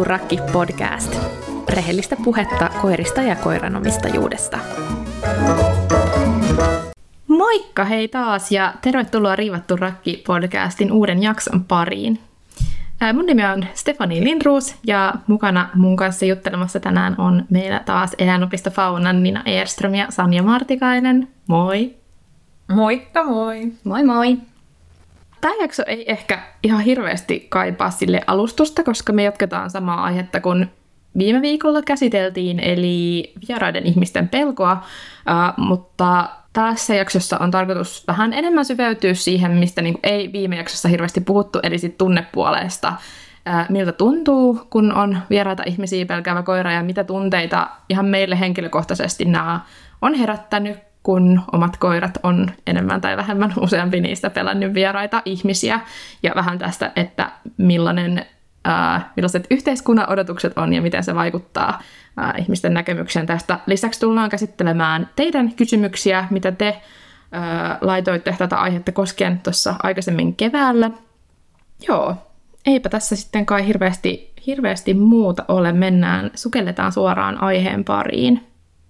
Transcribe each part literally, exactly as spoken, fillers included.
Riivattu rakki podcast. Rehellistä puhetta koirista ja koiranomistajuudesta. Moikka hei taas ja tervetuloa Riivattu rakki podcastin uuden jakson pariin. Mun nimi on Stefanie Lindroos ja mukana mun kanssa juttelemassa tänään on meillä taas Eläinopisto Faunan Nina Ehrström ja Sanja Martikainen. Moi! Moikka moi! Moi moi! Tämä jakso ei ehkä ihan hirveästi kaipaa sille alustusta, koska me jatketaan samaa aihetta kuin viime viikolla käsiteltiin, eli vieraiden ihmisten pelkoa, uh, mutta tässä jaksossa on tarkoitus vähän enemmän syveytyä siihen, mistä niin kuin ei viime jaksossa hirveästi puhuttu, eli sit tunnepuolesta. Uh, miltä tuntuu, kun on vieraita ihmisiä pelkäävä koira, ja mitä tunteita ihan meille henkilökohtaisesti nämä on herättänyt, kun omat koirat on enemmän tai vähemmän useampi niistä pelännyt vieraita ihmisiä. Ja vähän tästä, että millainen, äh, millaiset yhteiskunnan odotukset on ja miten se vaikuttaa äh, ihmisten näkemykseen tästä. Lisäksi tullaan käsittelemään teidän kysymyksiä, mitä te äh, laitoitte tätä aihetta koskien tuossa aikaisemmin keväällä. Joo, eipä tässä sitten kai hirveästi, hirveästi muuta ole. Mennään, sukelletaan suoraan aiheen pariin.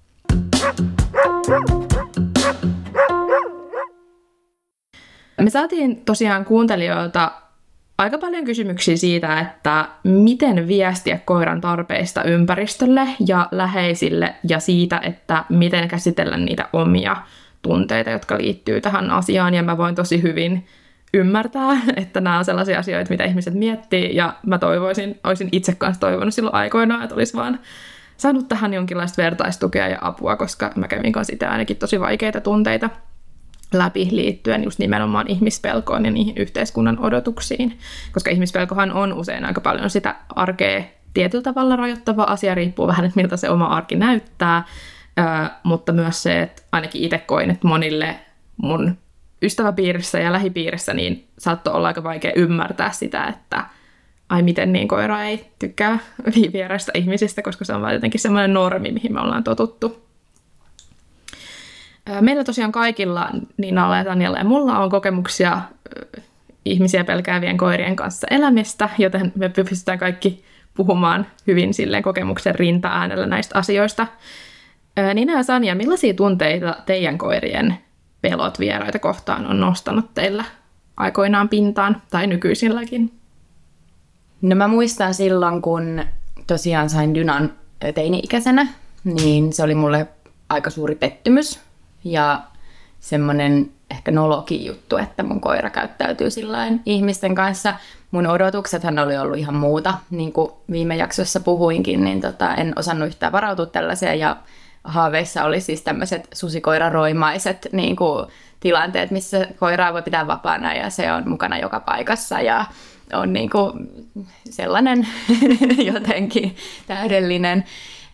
Me saatiin tosiaan kuuntelijoilta aika paljon kysymyksiä siitä, että miten viestiä koiran tarpeista ympäristölle ja läheisille ja siitä, että miten käsitellä niitä omia tunteita, jotka liittyy tähän asiaan. Ja mä voin tosi hyvin ymmärtää, että nämä on sellaisia asioita, mitä ihmiset miettii. Ja mä toivoisin, olisin itse kanssa toivonut silloin aikoinaan, että olisi vaan saanut tähän jonkinlaista vertaistukea ja apua, koska mä kävin kanssa sitä ainakin tosi vaikeita tunteita läpi liittyen just nimenomaan ihmispelkoon ja niihin yhteiskunnan odotuksiin. Koska ihmispelkohan on usein aika paljon sitä arkea tietyllä tavalla rajoittava asia, riippuu vähän, että miltä se oma arki näyttää, Ö, mutta myös se, että ainakin itse koin, että monille mun ystäväpiirissä ja lähipiirissä niin saattoi olla aika vaikea ymmärtää sitä, että ai miten niin koira ei tykkää vieraista ihmisistä, koska se on vaan jotenkin semmoinen normi, mihin me ollaan totuttu. Meillä tosiaan kaikilla, Niinalla ja Tanjalla ja mulla on kokemuksia ihmisiä pelkäävien koirien kanssa elämistä, joten me pystytään kaikki puhumaan hyvin silleen kokemuksen rinta-äänellä näistä asioista. Niina ja Sanja, millaisia tunteita teidän koirien pelot vieraita kohtaan on nostanut teillä aikoinaan pintaan tai nykyisilläkin? No mä muistan silloin, kun tosiaan sain Dynan teini-ikäisenä, niin se oli mulle aika suuri pettymys. Ja semmoinen ehkä nolokin juttu, että mun koira käyttäytyy sillain ihmisten kanssa. Mun odotuksethan oli ollut ihan muuta, niin kuin viime jaksossa puhuinkin, niin tota, en osannut yhtään varautua tällaiseen. Ja haaveissa oli siis tämmöiset susikoiraroimaiset niin kuin tilanteet, missä koiraa voi pitää vapaana ja se on mukana joka paikassa ja on niin kuin sellainen jotenkin täydellinen.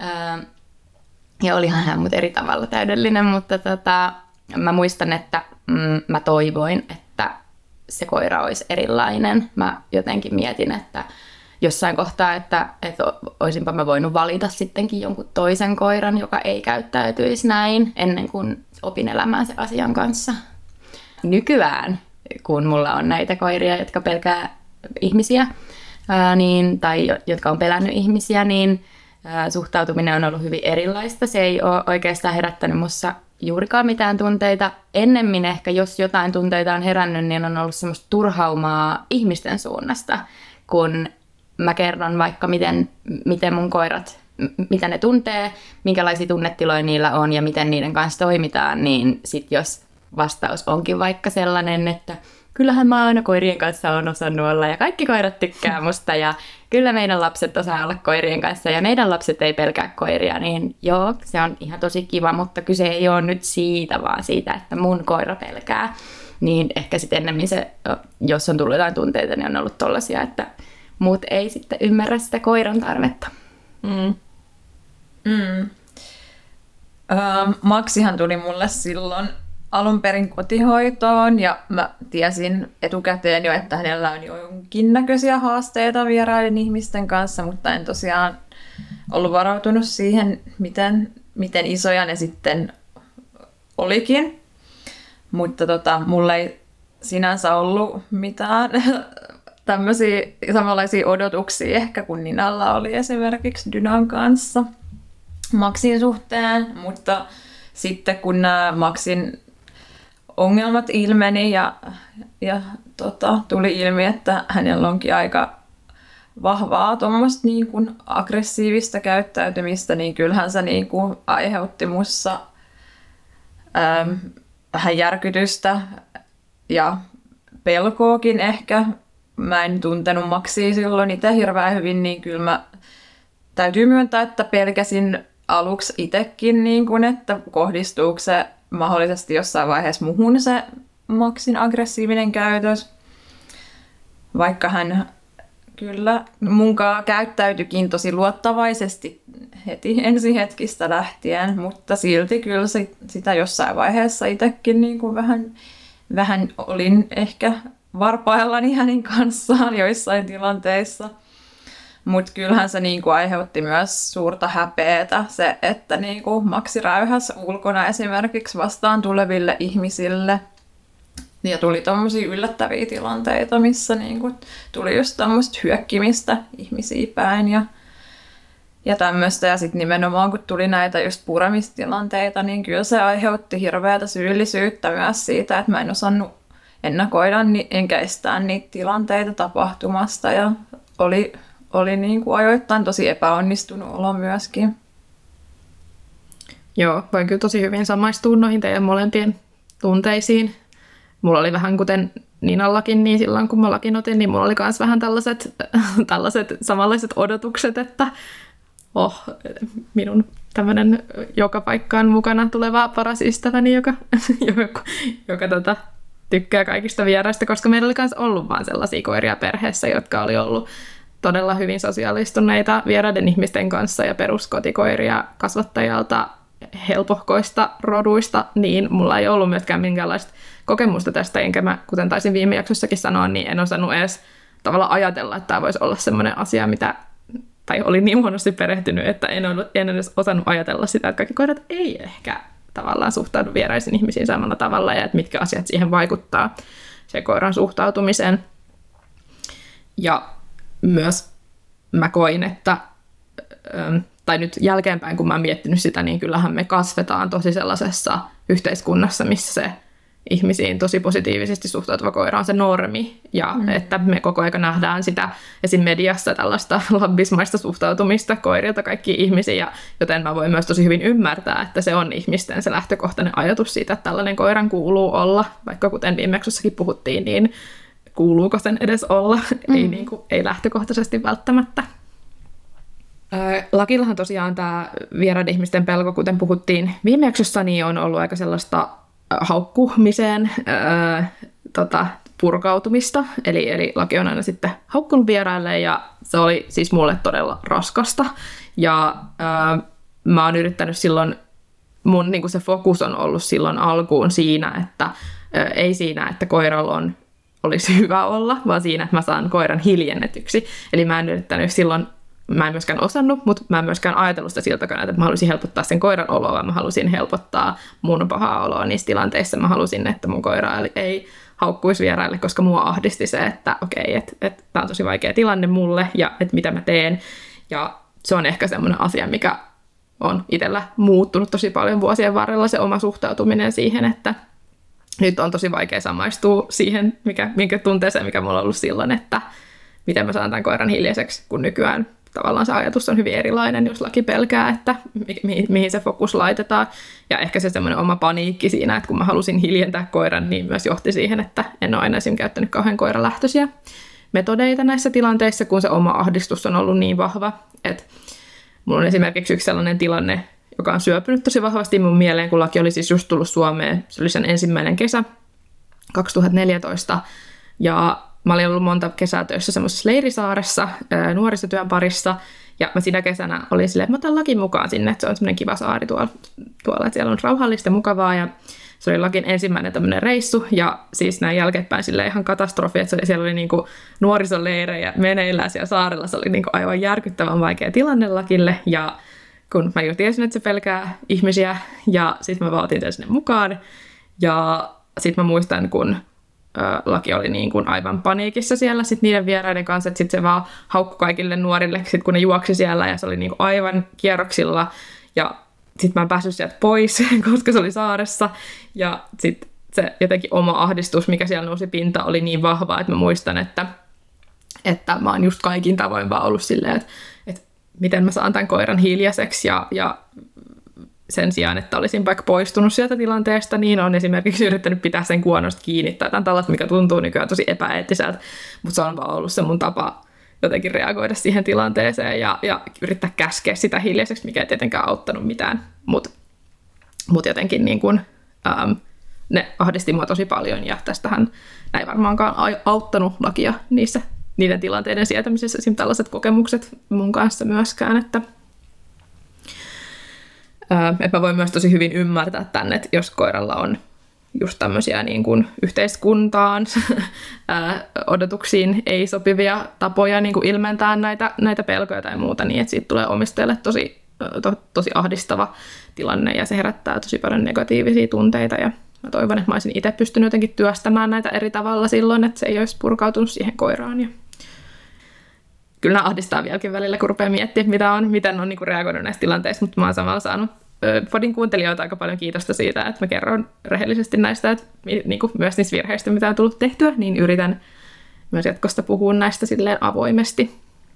Ja olihan hän mut eri tavalla täydellinen, mutta tota, mä muistan, että mm, mä toivoin, että se koira olisi erilainen. Mä jotenkin mietin, että jossain kohtaa, että, että olisinpa mä voinut valita sittenkin jonkun toisen koiran, joka ei käyttäytyisi näin, ennen kuin opin elämään sen asian kanssa. Nykyään, kun mulla on näitä koiria, jotka pelkää ihmisiä, ää, niin, tai jotka on pelännyt ihmisiä, niin suhtautuminen on ollut hyvin erilaista. Se ei ole oikeastaan herättänyt mussa juurikaan mitään tunteita. Ennemmin ehkä, jos jotain tunteita on herännyt, niin on ollut semmoista turhaumaa ihmisten suunnasta, kun mä kerron vaikka, miten, miten mun koirat, mitä ne tuntee, minkälaisia tunnetiloja niillä on ja miten niiden kanssa toimitaan, niin sit jos vastaus onkin vaikka sellainen, että kyllähän mä aina koirien kanssa on osannut olla ja kaikki koirat tykkää musta ja kyllä meidän lapset osaa olla koirien kanssa ja meidän lapset ei pelkää koiria, niin joo, se on ihan tosi kiva, mutta kyse ei ole nyt siitä, vaan siitä, että mun koira pelkää. Niin ehkä sitten ennemmin se, jos on tullut jotain tunteita, niin on ollut tollaisia, että muut ei sitten ymmärrä sitä koiran tarvetta. Mm. Mm. Öö, Maksihan tuli mulle silloin alun perin kotihoitoon ja mä tiesin etukäteen jo, että hänellä on jo jonkinnäköisiä haasteita vieraiden ihmisten kanssa, mutta en tosiaan ollut varautunut siihen, miten, miten isoja ne sitten olikin. Mutta tota, mulla ei sinänsä ollut mitään tämmöisiä samanlaisia odotuksia ehkä kuin Ninalla oli esimerkiksi Dynan kanssa Maxin suhteen, mutta sitten kun nämä Maxin ongelmat ilmeni ja, ja tota, tuli ilmi, että hänellä onkin aika vahvaa tuommoista niin kuin aggressiivista käyttäytymistä, niin kyllähän se niin kuin aiheutti mussa ähm, vähän järkytystä ja pelkoakin ehkä. Mä en tuntenut Maxia silloin itse hirveän hyvin, niin kyllä mä täytyy myöntää, että pelkäsin aluksi itsekin, niin kuin, että kohdistuuko se mahdollisesti jossain vaiheessa muhun se Maxin aggressiivinen käytös. Vaikka hän kyllä munkaan käyttäytyikin tosi luottavaisesti heti ensihetkistä lähtien, mutta silti kyllä sitä jossain vaiheessa itsekin niin kuin vähän, vähän olin ehkä varpaillani hänen kanssaan joissain tilanteissa. Mutta kyllähän se niinku aiheutti myös suurta häpeätä se, että niinku Maxi räyhäsi ulkona esimerkiksi vastaan tuleville ihmisille. Ja tuli tommosia yllättäviä tilanteita, missä niinku tuli just tommoista hyökkimistä ihmisiä päin ja, ja tämmöistä. Ja sitten nimenomaan kun tuli näitä just puremistilanteita, niin kyllä se aiheutti hirveätä syyllisyyttä myös siitä, että mä en osannut ennakoida enkä estää niitä tilanteita tapahtumasta. Ja oli... Oli niin kuin ajoittain tosi epäonnistunut olo myöskin. Joo, voin kyllä tosi hyvin samaistua noihin teidän molempien tunteisiin. Mulla oli vähän kuten Ninallakin, niin silloin kun mä lakin otin, niin mulla oli myös vähän tällaiset, tällaiset samanlaiset odotukset, että oh, minun tämmöinen joka paikkaan mukana tuleva paras ystäväni, joka, joka, joka tota, tykkää kaikista vieraista, koska meillä oli myös ollut vaan sellaisia koiria perheessä, jotka oli ollut todella hyvin sosiaalistuneita vieraiden ihmisten kanssa ja peruskotikoiria kasvattajalta helpohkoista roduista, niin mulla ei ollut myöskään minkäänlaista kokemusta tästä, enkä mä, kuten taisin viime jaksossakin sanoa, niin en osannut edes tavallaan ajatella, että tämä voisi olla semmoinen asia, mitä, tai oli niin huonosti perehtynyt, että en, ollut, en edes osannut ajatella sitä, että kaikki koirat ei ehkä tavallaan suhtaudu vieraisiin ihmisiin samalla tavalla, ja että mitkä asiat siihen vaikuttaa se koiran suhtautumiseen. Ja myös mä koin, että, tai nyt jälkeenpäin kun mä oon miettinyt sitä, niin kyllähän me kasvetaan tosi sellaisessa yhteiskunnassa, missä se ihmisiin tosi positiivisesti suhtautuva koira on se normi, ja mm. että me koko ajan nähdään sitä esim. Mediassa tällaista labbismaista suhtautumista koirilta kaikkiin ihmisiin, ja joten mä voin myös tosi hyvin ymmärtää, että se on ihmisten se lähtökohtainen ajatus siitä, että tällainen koiran kuuluu olla, vaikka kuten viimeksossakin puhuttiin, niin kuuluuko sen edes olla, mm. ei, niin kuin, ei lähtökohtaisesti välttämättä. Lakillahan tosiaan tämä vieraiden ihmisten pelko, kuten puhuttiin viime jaksossa, niin on ollut aika sellaista haukkumiseen ää, tota, purkautumista. Eli, eli Laki on aina sitten haukkunut vieraille, ja se oli siis mulle todella raskasta. Ja ää, mä oon yrittänyt silloin, mun niin kuin se fokus on ollut silloin alkuun siinä, että ää, ei siinä, että koiralla on olisi hyvä olla, vaan siinä, että mä saan koiran hiljennetyksi. Eli mä en yrittänyt silloin, mä en myöskään osannut, mutta mä en myöskään ajatellut sitä siltä kannalta, että mä halusin helpottaa sen koiran oloa, vaan mä halusin helpottaa mun pahaa oloa niissä tilanteissa. Mä halusin, että mun koira ei haukkuisi vieraille, koska mua ahdisti se, että okei, että et, tää on tosi vaikea tilanne mulle ja että mitä mä teen. Ja se on ehkä semmoinen asia, mikä on itsellä muuttunut tosi paljon vuosien varrella, se oma suhtautuminen siihen, että nyt on tosi vaikea samaistua siihen, mikä, minkä tunteeseen, mikä mulla on ollut silloin, että miten mä saan tämän koiran hiljaiseksi, kun nykyään tavallaan se ajatus on hyvin erilainen, jos Laki pelkää, että mi- mi- mihin se fokus laitetaan. Ja ehkä se semmoinen oma paniikki siinä, että kun mä halusin hiljentää koiran, niin myös johti siihen, että en ole aina esimerkiksi käyttänyt kauhean koiralähtöisiä metodeita näissä tilanteissa, kun se oma ahdistus on ollut niin vahva. Että mulla on esimerkiksi yksi sellainen tilanne, joka on syöpynyt tosi vahvasti mun mieleen, kun Laki oli siis just tullut Suomeen. Se oli sen ensimmäinen kesä kaksituhattaneljätoista. Ja mä olin ollut monta kesää töissä semmoisessa Leirisaaressa nuorisotyön parissa. Ja mä siinä kesänä olin silleen, että mä otan Lakin mukaan sinne, että se on semmoinen kiva saari tuolla, tuolla, että siellä on rauhallista ja mukavaa. Ja se oli Lakin ensimmäinen tämmöinen reissu. Ja siis näin jälkeenpäin silleen ihan katastrofi, että siellä oli niinku nuorisoleirejä meneillään siellä saarella. Se oli niinku aivan järkyttävän vaikea tilanne Lakille. Ja kun mä jo tiesin, että se pelkää ihmisiä, ja sitten mä vaatin sen sinne mukaan. Ja sitten mä muistan, kun Laki oli niin kuin aivan paniikissa siellä sit niiden vieraiden kanssa, että sitten se vaan haukkui kaikille nuorille, sit kun ne juoksi siellä ja se oli niin kuin aivan kierroksilla ja sitten mä en päässyt sieltä pois, koska se oli saaressa ja sitten se jotenkin oma ahdistus, mikä siellä nousi pintaan, oli niin vahva, että mä muistan, että, että mä oon just kaikin tavoin vaan ollut silleen, että, että miten mä saan tämän koiran hiljaiseksi ja, ja sen sijaan, että olisin vaikka poistunut sieltä tilanteesta, niin on esimerkiksi yrittänyt pitää sen kuonosta kiinni tai tämän tällaista, mikä tuntuu nykyään tosi epäeettiseltä, mutta se on vaan ollut se mun tapa jotenkin reagoida siihen tilanteeseen ja, ja yrittää käskeä sitä hiljaiseksi, mikä ei tietenkään auttanut mitään, mutta mut jotenkin niin kun, ähm, ne ahdisti mua tosi paljon ja tästähän ei varmaankaan auttanut Lakia niissä, niiden tilanteiden sietämisessä, esimerkiksi tällaiset kokemukset mun kanssa myöskään, että Että mä voin myös tosi hyvin ymmärtää tänne, että jos koiralla on just tämmöisiä niin kuin yhteiskuntaan odotuksiin ei sopivia tapoja niin kuin ilmentää näitä, näitä pelkoja tai muuta, niin että siitä tulee omistajalle tosi, to, tosi ahdistava tilanne ja se herättää tosi paljon negatiivisia tunteita ja mä toivon, että mä olisin itse pystynyt jotenkin työstämään näitä eri tavalla silloin, että se ei olisi purkautunut siihen koiraan. Ja kyllä nämä ahdistaa vieläkin välillä, kun rupeaa miettimään, mitä on, miten on niin kuin reagoinut näissä tilanteissa, mutta mä oon samalla saanut podin kuuntelijoilta aika paljon kiitosta siitä, että mä kerron rehellisesti näistä, että niin kuin myös niistä virheistä, mitä on tullut tehtyä, niin yritän myös jatkosta puhua näistä silleen avoimesti.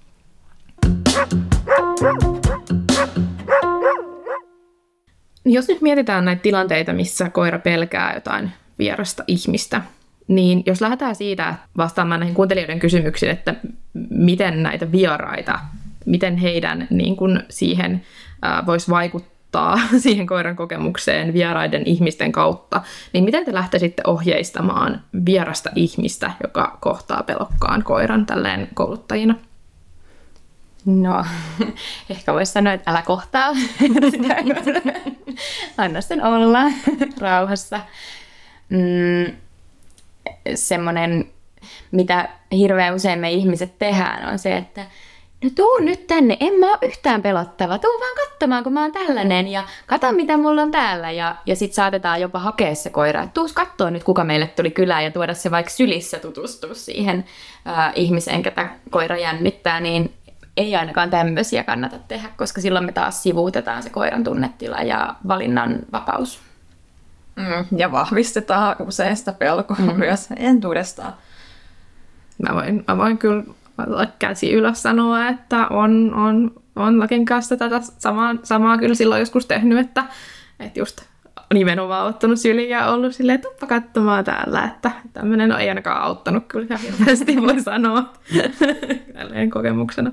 Jos nyt mietitään näitä tilanteita, missä koira pelkää jotain vierasta ihmistä, niin jos lähdetään siitä vastaamaan näihin kuuntelijoiden kysymyksiin, että miten näitä vieraita, miten heidän niin kuin siihen äh, voisi vaikuttaa siihen koiran kokemukseen vieraiden ihmisten kautta, niin miten te lähtisitte ohjeistamaan vierasta ihmistä, joka kohtaa pelokkaan koiran tälleen kouluttajina? No, ehkä voisi sanoa, että älä kohtaa sitä. Anna sen olla rauhassa. Mm, semmoinen, mitä hirveän usein me ihmiset tehdään, on se, että no tuu nyt tänne, en mä ole yhtään pelottava, tuu vaan katsomaan, kun mä oon tällainen ja kato, mitä mulla on täällä. Ja, ja sit saatetaan jopa hakea se koira, että tuus kattoo nyt, kuka meille tuli kylään ja tuoda se vaikka sylissä tutustua siihen äh, ihmiseen, ketä koira jännittää, niin ei ainakaan tämmöisiä kannata tehdä, koska silloin me taas sivuutetaan se koiran tunnetila ja valinnan vapaus. Mm, ja vahvistetaan usein sitä pelkoa mm. myös entuudestaan. Mä voin, mä voin kyllä käsi ylös sanoa, että on, on, on Lakin kanssa tätä samaa, samaa kyllä silloin joskus tehnyt, että, että just nimenomaan ottanut syliin ja ollut silleen, että tuppa katsomaan täällä, että tämmöinen ei ainakaan auttanut kyllä hirveästi, voi sanoa tälleen kokemuksena.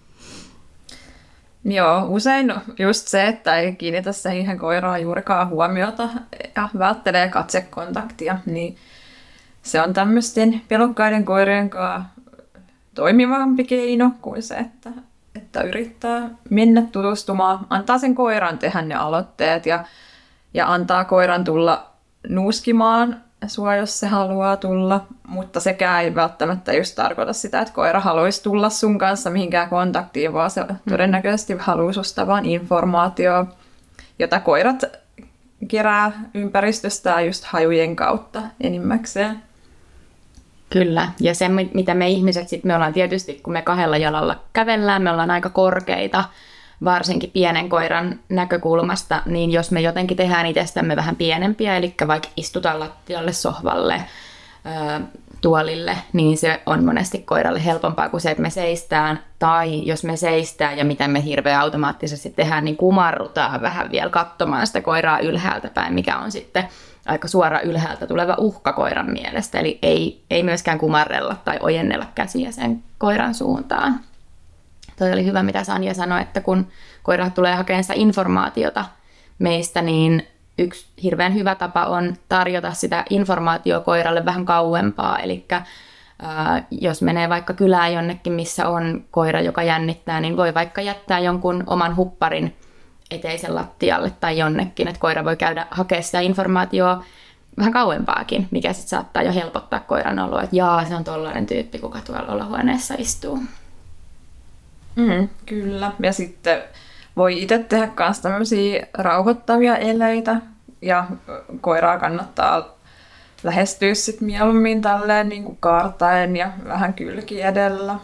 Joo, usein just se, että ei kiinnitä siihen koiraan juurikaan huomiota ja välttelee katsekontaktia, niin se on tämmöisten pelokkaiden koirien kanssa toimivampi keino kuin se, että, että yrittää mennä tutustumaan, antaa sen koiran tehdä ne aloitteet ja, ja antaa koiran tulla nuuskimaan sua, jos se haluaa tulla, mutta sekään ei välttämättä just tarkoita sitä, että koira haluaisi tulla sun kanssa mihinkään kontaktiin, vaan se todennäköisesti haluaa susta vaan informaatiota, jota koirat kerää ympäristöstään just hajujen kautta enimmäkseen. Kyllä, ja se mitä me ihmiset sitten, me ollaan tietysti, kun me kahdella jalalla kävellään, me ollaan aika korkeita, varsinkin pienen koiran näkökulmasta, niin jos me jotenkin tehdään itsestämme vähän pienempiä, eli vaikka istutaan lattialle, sohvalle, ää, tuolille, niin se on monesti koiralle helpompaa kuin se, että me seistään. Tai jos me seistään ja mitä me hirveän automaattisesti tehdään, niin kumarrutaan vähän vielä katsomaan sitä koiraa ylhäältä päin, mikä on sitten aika suora ylhäältä tuleva uhka koiran mielestä. Eli ei, ei myöskään kumarrella tai ojennella käsiä sen koiran suuntaan. Toi oli hyvä, mitä Sanja sanoi, että kun koira tulee hakemaan sitä informaatiota meistä, niin yksi hirveän hyvä tapa on tarjota sitä informaatiota koiralle vähän kauempaa. Eli äh, jos menee vaikka kylään jonnekin, missä on koira, joka jännittää, niin voi vaikka jättää jonkun oman hupparin eteisen lattialle tai jonnekin, että koira voi käydä hakemaan sitä informaatiota vähän kauempaakin, mikä sitten saattaa jo helpottaa koiran oloa, että jaa, se on tollainen tyyppi, kuka tuolla olohuoneessa istuu. Mm, kyllä. Ja sitten voi itse tehdä myös tämmöisiä rauhoittavia eleitä. Ja koiraa kannattaa lähestyä sit mieluummin tälleen niin kuin kaartaen ja vähän kylki edellä.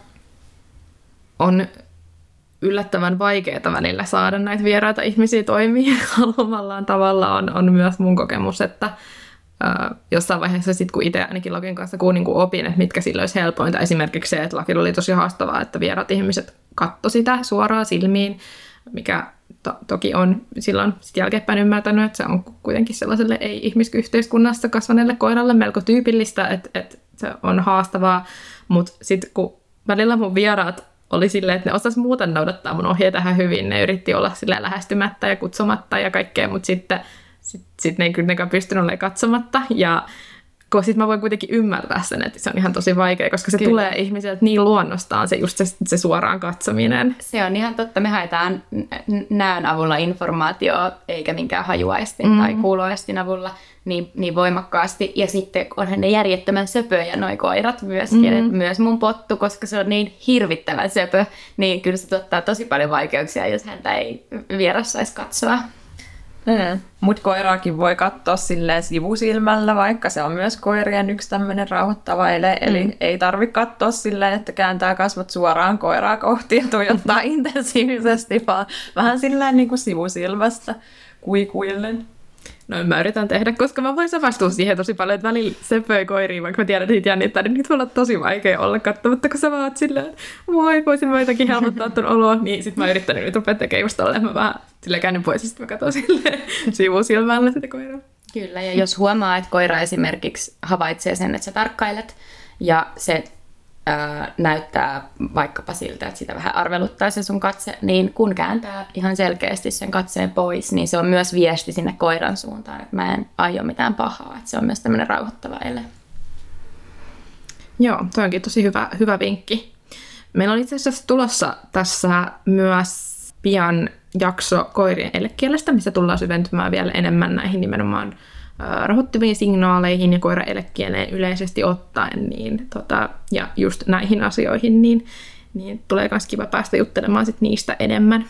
On yllättävän vaikeaa välillä saada näitä vieraita ihmisiä toimii haluamallaan tavalla. On, on myös mun kokemus, että ää, jossain vaiheessa sit, kun itse ainakin Lakin kanssa kun, niin kun opin, että mitkä sillä olisi helpointa. Esimerkiksi se, että Lakilla oli tosi haastavaa, että vieraat ihmiset katsoi sitä suoraan silmiin, mikä to- toki on silloin sit jälkeenpäin ymmärtänyt, että se on kuitenkin sellaiselle ei-ihmisyhteiskunnassa kasvaneelle koiralle melko tyypillistä, että, että se on haastavaa. Mutta sitten kun välillä mun vieraat oli silleen, että ne osas muuten noudattaa mun ohjeita ihan hyvin. Ne yritti olla silleen lähestymättä ja kutsumatta ja kaikkea, mutta sitten sit, sit ne ei kuitenkaan pystynyt olemaan katsomatta. Ja sitten mä voin kuitenkin ymmärtää sen, että se on ihan tosi vaikea, koska se Kyllä. tulee ihmiseltä niin luonnostaan, se just se, se suoraan katsominen. Se on ihan totta. Me haetaan näön avulla informaatiota, eikä minkään hajuaistin mm. tai kuuloaistin avulla niin, niin voimakkaasti. Ja sitten onhan ne järjettömän söpöjä noi koirat myöskin. Mm. Myös mun pottu, koska se on niin hirvittävän söpö, niin kyllä se tuottaa tosi paljon vaikeuksia, jos häntä ei vieras saisi katsoa. Mm. Mut koiraakin voi katsoa silleen sivusilmällä, vaikka se on myös koirien yksi tämmöinen rauhoittava ele. Mm. Eli ei tarvitse katsoa silleen, että kääntää kasvot suoraan koiraa kohti ja tuijottaa intensiivisesti, vaan vähän silleen niin kuin sivusilmästä kuikuillen. No mä yritän tehdä, koska mä voin savastua siihen tosi paljon, että välillä söpöi koiriin, vaikka mä tiedän, että niitä jännittää, niin niitä voi olla tosi vaikea olla katsomatta, kun sä vaan oot silleen, että moi, voisin mä jotakin helpottaa ton oloa, niin sit mä oon yrittänyt nyt rupea tekemään just tolleen, mä vähän silleen käännin pois, ja sit mä katson silleen sivusilmällä sitä koiraa. Kyllä, ja jos huomaa, että koira esimerkiksi havaitsee sen, että sä tarkkailet, ja se ää, näyttää vaikkapa siltä, että sitä vähän arveluttaa se sun katse, niin kun kääntää ihan selkeästi sen katseen pois, niin se on myös viesti sinne koiran suuntaan, että mä en aio mitään pahaa, että se on myös tämmöinen rauhoittava ele. Joo, toi onkin tosi hyvä, hyvä vinkki. Meillä on itse asiassa tulossa tässä myös pian jakso koirien elekielestä, missä tullaan syventymään vielä enemmän näihin nimenomaan rahoittaviin signaaleihin ja koiran elekieleen yleisesti ottaen, niin, tota, ja just näihin asioihin, niin, niin tulee myös kiva päästä juttelemaan sit niistä enemmän.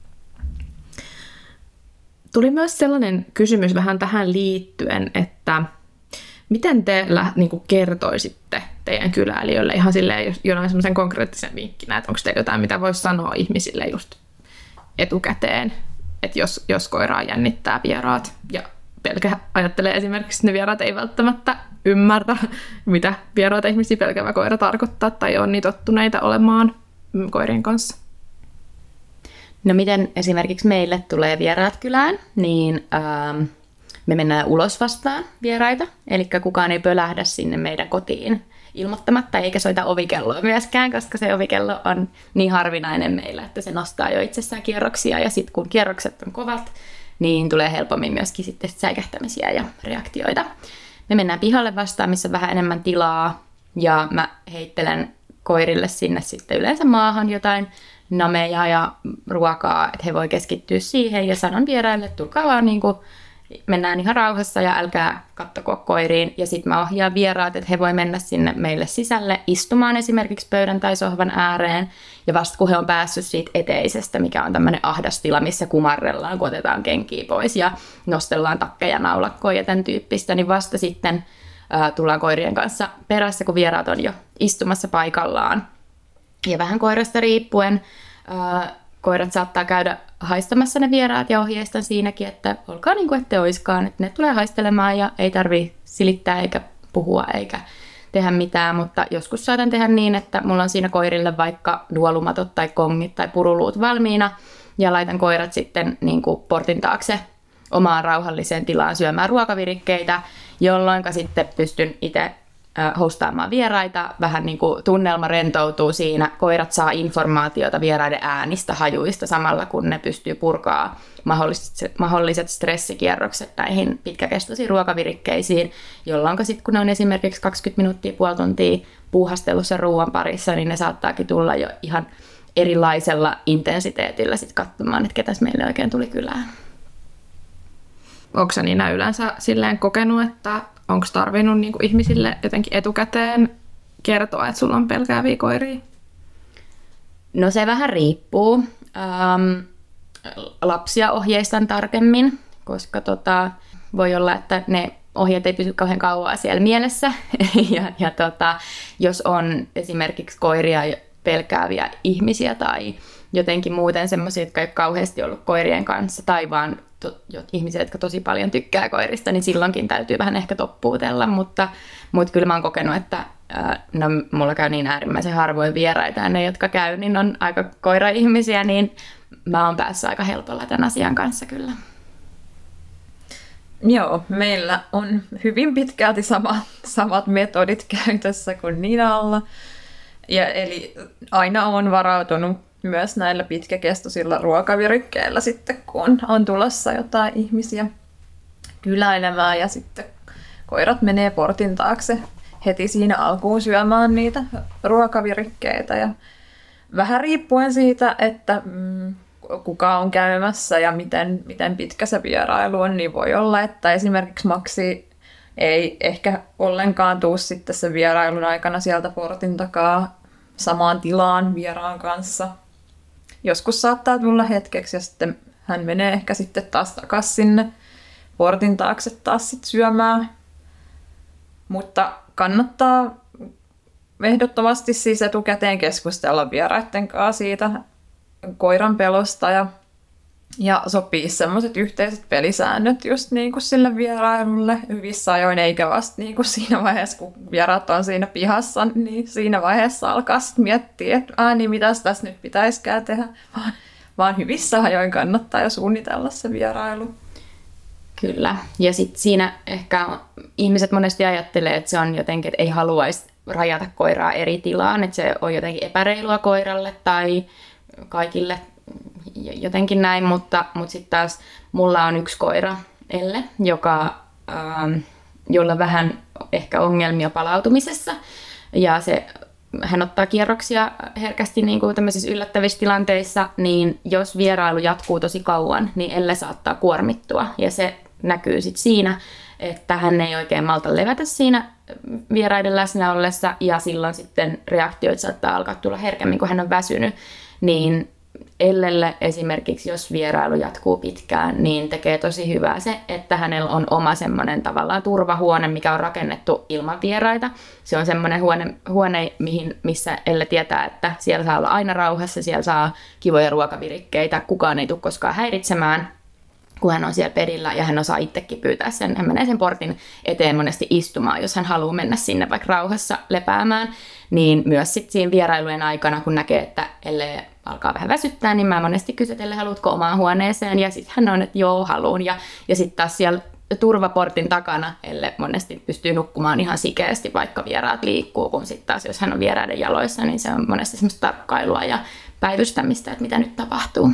Tuli myös sellainen kysymys vähän tähän liittyen, että miten te niin kuin kertoisitte teidän kyläilijöille ihan silleen jonain semmoisen konkreettisen vinkkinä, että onko teillä jotain, mitä voisi sanoa ihmisille just etukäteen, että jos, jos koiraa jännittää vieraat ja pelkä ajattelee esimerkiksi, että ne vieraat ei välttämättä ymmärrä, mitä vieraat ihmisiä pelkävä koira tarkoittaa tai on niin tottuneita olemaan koirien kanssa. No miten esimerkiksi meille tulee vieraat kylään, niin ähm, me mennään ulos vastaan vieraita, eli kukaan ei pölähdä sinne meidän kotiin ilmoittamatta, eikä soita ovikelloa myöskään, koska se ovikello on niin harvinainen meillä, että se nostaa jo itsessään kierroksia, ja sitten kun kierrokset on kovat, niin tulee helpommin myöskin sitten säikähtämisiä ja reaktioita. Me mennään pihalle vastaan, missä on vähän enemmän tilaa, ja mä heittelen koirille sinne sitten yleensä maahan jotain nameja ja ruokaa, että he voi keskittyä siihen, ja sanon vieraille, että tulkaa vaan niin kuin mennään ihan rauhassa ja älkää kattoko koiriin. Ja sitten mä ohjaan vieraat, että he voi mennä sinne meille sisälle istumaan esimerkiksi pöydän tai sohvan ääreen. Ja vasta kun he on päässyt siitä eteisestä, mikä on tämmöinen ahdastila, missä kumarrellaan, kun otetaan kenkiä pois ja nostellaan takkeja naulakkoon ja tämän tyyppistä, niin vasta sitten äh, tullaan koirien kanssa perässä, kun vieraat on jo istumassa paikallaan. Ja vähän koirasta riippuen äh, koirat saattaa käydä haistamassa ne vieraat ja ohjeistan siinäkin, että olkaa niin kuin ette oiskaan, että ne tulee haistelemaan ja ei tarvitse silittää eikä puhua eikä tehdä mitään, mutta joskus saatan tehdä niin, että mulla on siinä koirille vaikka nuolumatot tai kongit tai puruluut valmiina ja laitan koirat sitten niin kuin portin taakse omaan rauhalliseen tilaan syömään ruokavirikkeitä, jolloin sitten pystyn itse hostaamaan vieraita, vähän niin kuin tunnelma rentoutuu siinä, koirat saa informaatiota vieraiden äänistä, hajuista samalla kun ne pystyy purkaa mahdolliset, mahdolliset stressikierrokset näihin pitkäkestoisiin ruokavirikkeisiin, jolloin sitten kun ne on esimerkiksi kaksikymmentä minuuttia, puoli tuntia puuhastelussa ruoan parissa, niin ne saattaakin tulla jo ihan erilaisella intensiteetillä sit katsomaan, että ketäs meille oikein tuli kylään. Onko sä Niina yleensä silleen kokenut, että onko tarvinnut niinku ihmisille jotenkin etukäteen kertoa, että sulla on pelkääviä koiria? No se vähän riippuu. Ähm, lapsia ohjeistan tarkemmin, koska tota, voi olla, että ne ohjeet ei pysy kauhean kauan siellä mielessä. ja, ja tota, jos on esimerkiksi koiria pelkääviä ihmisiä tai jotenkin muuten semmoisia, jotka ei ole kauheasti ollut koirien kanssa, tai vaan to, ihmisiä, jotka tosi paljon tykkää koirista, niin silloinkin täytyy vähän ehkä toppuutella, mutta, mutta kyllä mä oon kokenut, että ää, no, mulla käy niin äärimmäisen harvoin vieraita, ja ne, jotka käy, niin on aika koira-ihmisiä, niin mä oon päässyt aika helpolla tämän asian kanssa kyllä. Joo, meillä on hyvin pitkälti sama, samat metodit käytössä kuin Ninalla. Ja eli aina on varautunut myös näillä pitkäkestoisilla ruokavirikkeillä sitten, kun on tulossa jotain ihmisiä kyläilemään ja sitten koirat menee portin taakse heti siinä alkuun syömään niitä ruokavirikkeitä. Ja vähän riippuen siitä, että mm, kuka on käymässä ja miten, miten pitkä se vierailu on, niin voi olla, että esimerkiksi Maxi ei ehkä ollenkaan tuu sitten sen vierailun aikana sieltä portin takaa samaan tilaan vieraan kanssa. Joskus saattaa tulla hetkeksi ja sitten hän menee ehkä sitten taas takaisin sinne portin taakse taas sit syömään. Mutta kannattaa ehdottomasti siis etukäteen keskustella vieraiden kanssa siitä koiran pelosta ja, ja sopii semmoiset yhteiset pelisäännöt just niin kuin sille vierailulle hyvissä ajoin, eikä vasta niin kuin siinä vaiheessa, kun vieraat on siinä pihassa, niin siinä vaiheessa alkaa sitten miettiä, että aah, niin mitäs tässä nyt pitäisikään tehdä, vaan, vaan hyvissä ajoin kannattaa jo suunnitella se vierailu. Kyllä, ja sitten siinä ehkä ihmiset monesti ajattelee, että se on jotenkin, että ei haluaisi rajata koiraa eri tilaan, että se on jotenkin epäreilua koiralle tai kaikille jotenkin näin, mutta, mutta sitten taas mulla on yksi koira, Elle, joka, ähm, jolla vähän ehkä ongelmia palautumisessa ja se, hän ottaa kierroksia herkästi niin kuin tämmöisissä yllättävissä tilanteissa, niin jos vierailu jatkuu tosi kauan, niin Elle saattaa kuormittua ja se näkyy sitten siinä, että hän ei oikein malta levätä siinä vieraiden läsnä ollessa ja silloin sitten reaktioita saattaa alkaa tulla herkemmin, kun hän on väsynyt. Niin Ellelle esimerkiksi, jos vierailu jatkuu pitkään, niin tekee tosi hyvää se, että hänellä on oma semmoinen tavallaan turvahuone, mikä on rakennettu ilman vieraita. Se on semmoinen huone, huone mihin, missä Elle tietää, että siellä saa olla aina rauhassa, siellä saa kivoja ruokavirikkeitä, kukaan ei tule koskaan häiritsemään, kun hän on siellä perillä ja hän osaa itsekin pyytää sen. Hän menee sen portin eteen monesti istumaan, jos hän haluaa mennä sinne vaikka rauhassa lepäämään. Niin myös sitten siinä vierailujen aikana, kun näkee, että Elle alkaa vähän väsyttää, niin mä monesti kysyn, että Elle, haluatko omaan huoneeseen? Ja sitten hän on, että joo, haluun. Ja, ja sitten taas siellä turvaportin takana Elle monesti pystyy nukkumaan ihan sikeästi, vaikka vieraat liikkuu, kun sitten taas jos hän on vieraiden jaloissa, niin se on monesti semmoista tarkkailua ja päivystämistä, että mitä nyt tapahtuu.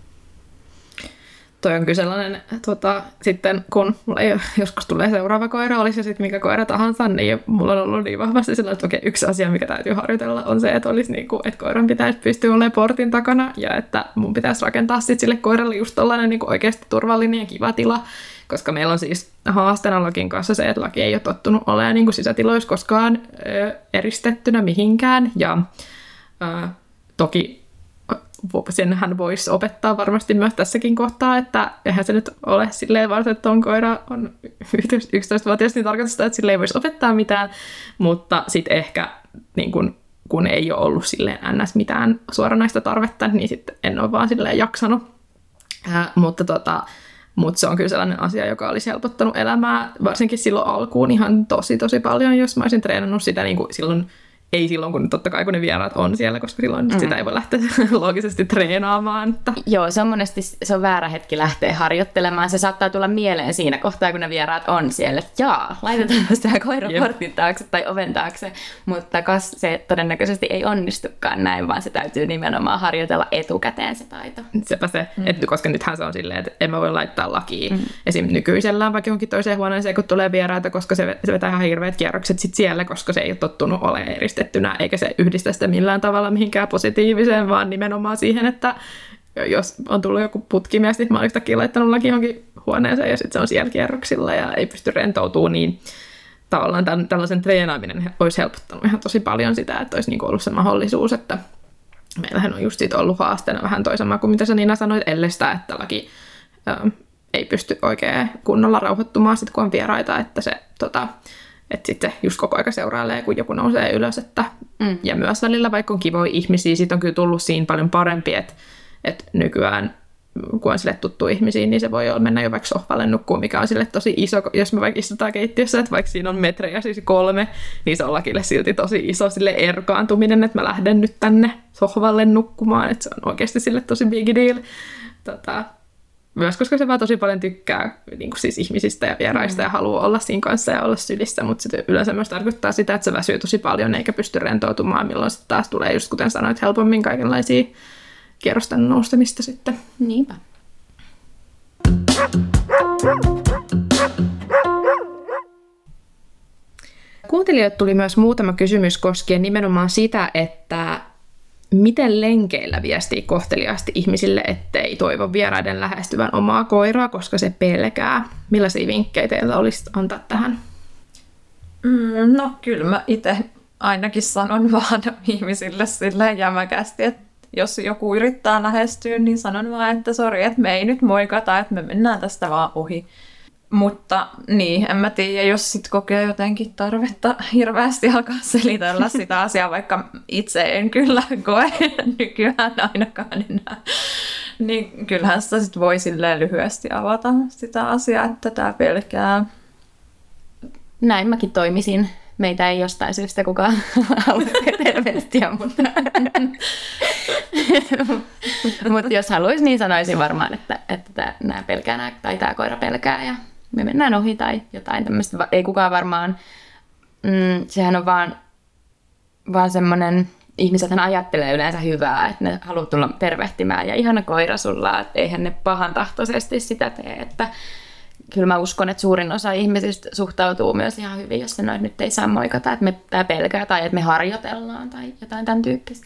Toi on kyllä sellainen, tota, sitten kun mulla ei, joskus tulee seuraava koira, olisi se sitten mikä koira tahansa, niin mulla on ollut niin vahvasti sellainen, että okei, yksi asia, mikä täytyy harjoitella, on se, että, olisi niin kuin, että koiran pitäisi pystyä olemaan portin takana ja että mun pitäisi rakentaa sit sille koiralle just tollainen niin kuin oikeasti turvallinen ja kiva tila, koska meillä on siis haasteena Lakin kanssa se, että Laki ei ole tottunut olemaan niin kuin sisätiloissa koskaan ö, eristettynä mihinkään ja ö, toki sen hän voisi opettaa varmasti myös tässäkin kohtaa, että eihän se nyt ole silleen varsin, että tuon koira on yksitoistavuotias, niin tarkoittaa sitä, että sille ei voisi opettaa mitään, mutta sitten ehkä niin kun, kun ei ole ollut silleen ns. Mitään suoranaista tarvetta, niin sitten en ole vaan silleen jaksanut. Äh, mutta, tota, mutta se on kyllä sellainen asia, joka olisi helpottanut elämää, varsinkin silloin alkuun ihan tosi tosi paljon, jos mä olisin treenannut sitä niin kuin silloin. Ei silloin, kun totta kai kun ne vieraat on siellä, koska silloin mm. sitä ei voi lähteä loogisesti treenaamaan. Että. Joo, se on monesti se on väärä hetki lähteä harjoittelemaan. Se saattaa tulla mieleen siinä kohtaa, kun ne vieraat on siellä, että jaa, laitetaan sitä koira portin taakse tai oven taakse. Mutta kas se todennäköisesti ei onnistukaan näin, vaan se täytyy nimenomaan harjoitella etukäteen se taito. Sepä se, mm. että koska nythän se on silleen, että en mä voi laittaa lakia mm. esim. Nykyisellään vaikka johonkin toiseen huoneeseen, kun tulee vieraita, koska se vetää ihan hirveät kierrokset sit siellä, koska se ei ole tottunut olemaan eristetty. Eikä se yhdistä sitä millään tavalla mihinkään positiiviseen, vaan nimenomaan siihen, että jos on tullut joku putkimies, niin mä olen yhtäkkiä laittanut Laki johonkin huoneeseen ja sitten se on siellä kierroksilla ja ei pysty rentoutumaan, niin tavallaan tämän, tällaisen treenaaminen olisi helpottanut ihan tosi paljon sitä, että olisi niinku ollut se mahdollisuus, että meillähän on just siitä ollut haasteena vähän toisemmalla kuin mitä sä Niina sanoit Ellestä, että Laki ää, ei pysty oikein kunnolla rauhoittumaan sit, kun on vieraita, että se tota, että sitten just koko aika seurailee, kun joku nousee ylös. Että, mm. Ja myös välillä, vaikka on kivoja ihmisiä, siitä on kyllä tullut siinä paljon parempi, että, että nykyään, kun on sille tuttu ihmisiin, niin se voi olla mennä jo vaikka sohvalle nukkuun, mikä on sille tosi iso, jos me vaikka istutaan keittiössä, että vaikka siinä on metrejä, siis kolme, niin se on Lakille silti tosi iso sille erkaantuminen, että mä lähden nyt tänne sohvalle nukkumaan, että se on oikeasti sille tosi big deal. Tota, Myös koska se vaan tosi paljon tykkää niin kuin siis ihmisistä ja vieraista mm. ja haluaa olla siinä kanssa ja olla sylissä, mutta se yleensä myös tarkoittaa sitä, että se väsyy tosi paljon eikä pysty rentoutumaan, milloin sitten taas tulee just kuten sanoit helpommin kaikenlaisia kierrosten nousemista sitten. Niinpä. Kuuntelijoille tuli myös muutama kysymys koskien nimenomaan sitä, että miten lenkeillä viestii kohteliaasti ihmisille, ettei toivo vieraiden lähestyvän omaa koiraa, koska se pelkää. Millaisia vinkkejä teillä olisi antaa tähän? Mm, no kyllä mä itse ainakin sanon vaan ihmisille silleen jämäkästi, että jos joku yrittää lähestyä, niin sanon vaan, että sori, että me ei nyt moikata, että me mennään tästä vaan ohi. Mutta niin, en mä tiedä, jos sit kokee jotenkin tarvetta hirveästi alkaa selitellä sitä asiaa, vaikka itse en kyllä koe nykyään ainakaan enää. Niin kyllähän sitä sit voi silleen lyhyesti avata sitä asiaa, että tää pelkää. Näin mäkin toimisin. Meitä ei jostain syystä kukaan halua tervehtiä, mutta Mutta jos haluaisi, niin sanoisin varmaan, että, että nämä pelkää nää, tai tämä koira pelkää ja me mennään ohi tai jotain tämmöistä. Ei kukaan varmaan, mm, sehän on vaan, vaan semmoinen, ihmisethän ajattelee yleensä hyvää, että ne haluaa tulla tervehtimään ja ihana koira sulla, että eihän ne pahan tahtoisesti sitä tee, että kyllä mä uskon, että suurin osa ihmisistä suhtautuu myös ihan hyvin, jos sanoo, että nyt ei saa moikata, että me tää pelkää tai että me harjoitellaan tai jotain tämän tyyppistä.